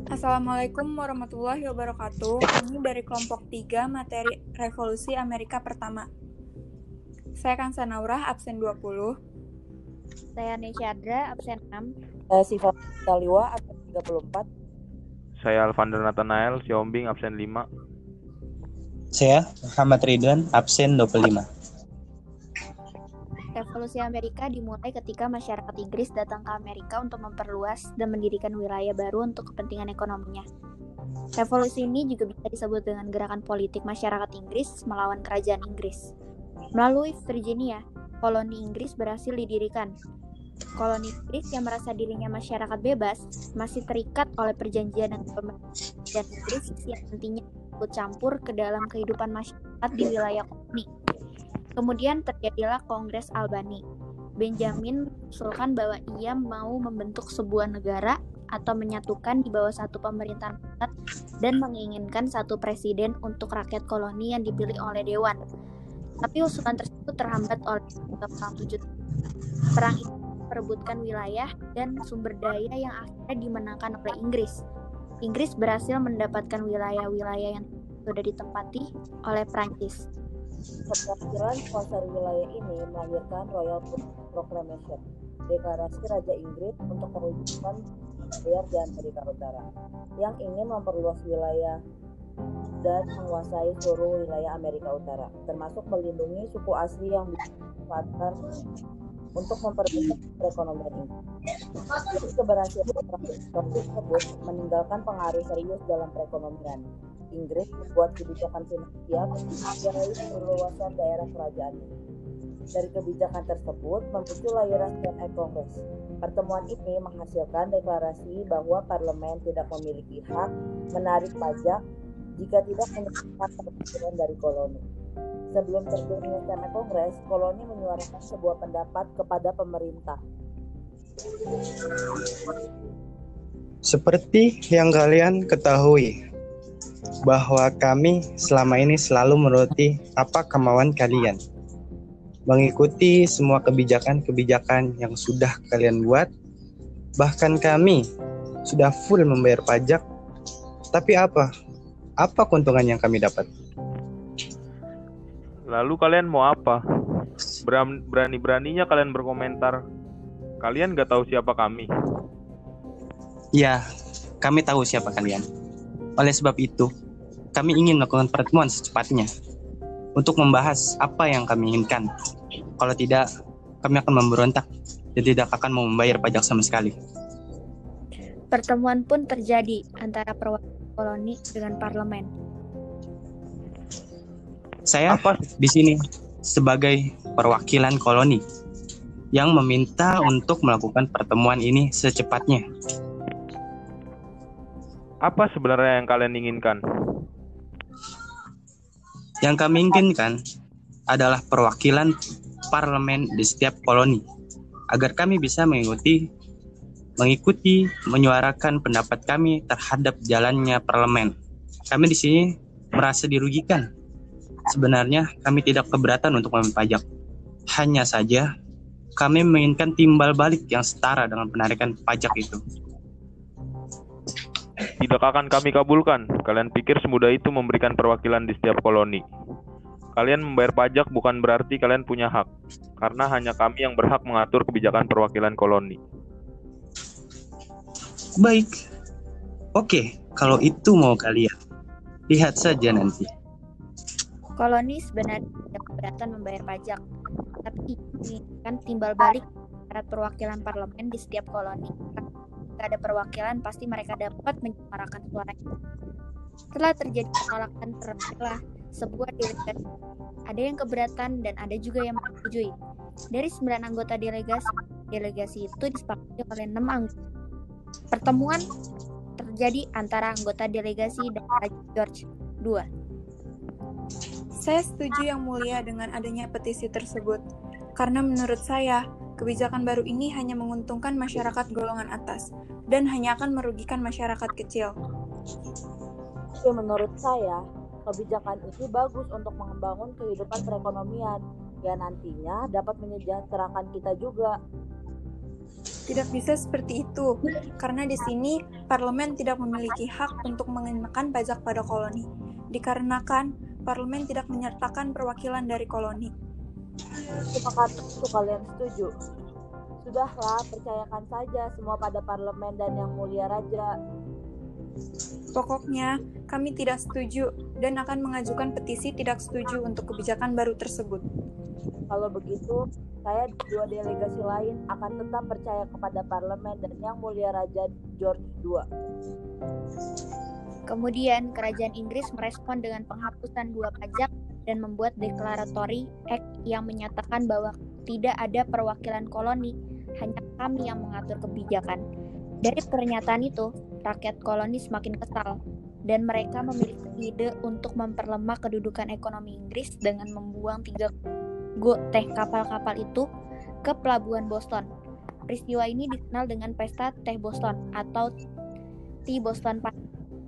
Assalamualaikum warahmatullahi wabarakatuh. Kami dari kelompok 3 materi Revolusi Amerika Pertama. Saya Kansa Naurah, absen 20. Saya Nesyadra, absen 6. Saya Siva Taliwa, absen 34. Saya Alvander Nathanael Siombing, absen 5. Saya Muhammad Ridwan, absen 25. Revolusi Amerika dimulai ketika masyarakat Inggris datang ke Amerika untuk memperluas dan mendirikan wilayah baru untuk kepentingan ekonominya. Revolusi ini juga bisa disebut dengan gerakan politik masyarakat Inggris melawan kerajaan Inggris. Melalui Virginia, koloni Inggris berhasil didirikan. Koloni Inggris yang merasa dirinya masyarakat bebas masih terikat oleh perjanjian dengan pemerintah Inggris yang nantinya ikut campur ke dalam kehidupan masyarakat di wilayah koloni. Kemudian terjadilah Kongres Albany. Benjamin mengusulkan bahwa ia mau membentuk sebuah negara atau menyatukan di bawah satu pemerintahan pusat dan menginginkan satu presiden untuk rakyat koloni yang dipilih oleh Dewan. Tapi usulan tersebut terhambat oleh Perang 7 Tahun. Perang itu memperebutkan wilayah dan sumber daya yang akhirnya dimenangkan oleh Inggris. Inggris berhasil mendapatkan wilayah-wilayah yang sudah ditempati oleh Prancis. Keberhasilan kuasai wilayah ini melahirkan Royal Proclamation, deklarasi Raja Inggris untuk mewujudkan wilayah di Amerika Utara, yang ingin memperluas wilayah dan menguasai seluruh wilayah Amerika Utara, termasuk melindungi suku asli yang dimanfaatkan untuk memperbaiki perekonomian Inggris. Jadi keberhasilan tersebut meninggalkan pengaruh serius dalam perekonomian. Inggris membuat kebijakan finansial mengenai perluasan daerah kerajaannya. Dari kebijakan tersebut memuncullah European Congress. Pertemuan ini menghasilkan deklarasi bahwa parlemen tidak memiliki hak menarik pajak jika tidak menyerahkan perwakilan dari koloni. Sebelum terjadinya European Congress, koloni menyuarakan sebuah pendapat kepada pemerintah. Seperti yang kalian ketahui, bahwa kami selama ini selalu menuruti apa kemauan kalian, mengikuti semua kebijakan-kebijakan yang sudah kalian buat. Bahkan kami sudah full membayar pajak. Tapi apa keuntungan yang kami dapat? Lalu kalian mau apa? Berani-beraninya kalian berkomentar. Kalian gak tahu siapa kami. Ya, kami tahu siapa kalian. Oleh sebab itu, kami ingin melakukan pertemuan secepatnya untuk membahas apa yang kami inginkan. Kalau tidak, kami akan memberontak dan tidak akan mau membayar pajak sama sekali. Pertemuan pun terjadi antara perwakilan koloni dengan parlemen. Saya di sini sebagai perwakilan koloni yang meminta untuk melakukan pertemuan ini secepatnya. Apa sebenarnya yang kalian inginkan? Yang kami inginkan adalah perwakilan parlemen di setiap koloni, agar kami bisa mengikuti, menyuarakan pendapat kami terhadap jalannya parlemen. Kami di sini merasa dirugikan. Sebenarnya kami tidak keberatan untuk membayar pajak. Hanya saja kami menginginkan timbal balik yang setara dengan penarikan pajak itu. Tidak akan kami kabulkan. Kalian pikir semudah itu memberikan perwakilan di setiap koloni. Kalian membayar pajak bukan berarti kalian punya hak, karena hanya kami yang berhak mengatur kebijakan perwakilan koloni. Baik. Oke, kalau itu mau kalian. Lihat saja nanti. Koloni sebenarnya tidak keberatan membayar pajak, tapi menginginkan timbal balik syarat perwakilan parlemen di setiap koloni. Jika ada perwakilan, pasti mereka dapat menyuarakan suaranya. Setelah terjadi penolakan, terjadilah sebuah delegasi. Ada yang keberatan dan ada juga yang menyetujui. Dari 9 anggota delegasi itu disepakati oleh 6 anggota. Pertemuan terjadi antara anggota delegasi dan Raja George II. Saya setuju Yang Mulia dengan adanya petisi tersebut, karena menurut saya, kebijakan baru ini hanya menguntungkan masyarakat golongan atas dan hanya akan merugikan masyarakat kecil. Menurut saya, kebijakan ini bagus untuk membangun kehidupan perekonomian yang nantinya dapat menyejahterakan kita juga. Tidak bisa seperti itu, karena di sini parlemen tidak memiliki hak untuk mengenakan pajak pada koloni, dikarenakan parlemen tidak menyertakan perwakilan dari koloni. Sepakat itu kalian setuju? Sudahlah, percayakan saja semua pada parlemen dan yang mulia raja. Pokoknya, kami tidak setuju dan akan mengajukan petisi tidak setuju untuk kebijakan baru tersebut. Kalau begitu, saya dan dua delegasi lain akan tetap percaya kepada parlemen dan yang mulia Raja George II. Kemudian, kerajaan Inggris merespon dengan penghapusan 2 pajak dan membuat Declaratory Act yang menyatakan bahwa tidak ada perwakilan koloni, hanya kami yang mengatur kebijakan. Dari pernyataan itu, rakyat koloni semakin kesal, dan mereka memiliki ide untuk memperlemah kedudukan ekonomi Inggris dengan membuang 3 teh kapal-kapal itu ke pelabuhan Boston. Peristiwa ini dikenal dengan Pesta Teh Boston atau Tea Boston Party.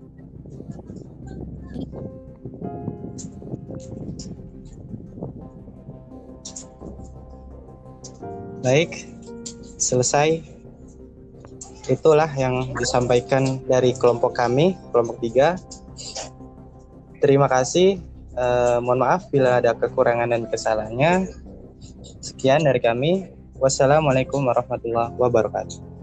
Baik, selesai. Itulah yang disampaikan dari kelompok kami, kelompok 3. Terima kasih. Mohon maaf bila ada kekurangan dan kesalahannya. Sekian dari kami. Wassalamualaikum warahmatullahi wabarakatuh.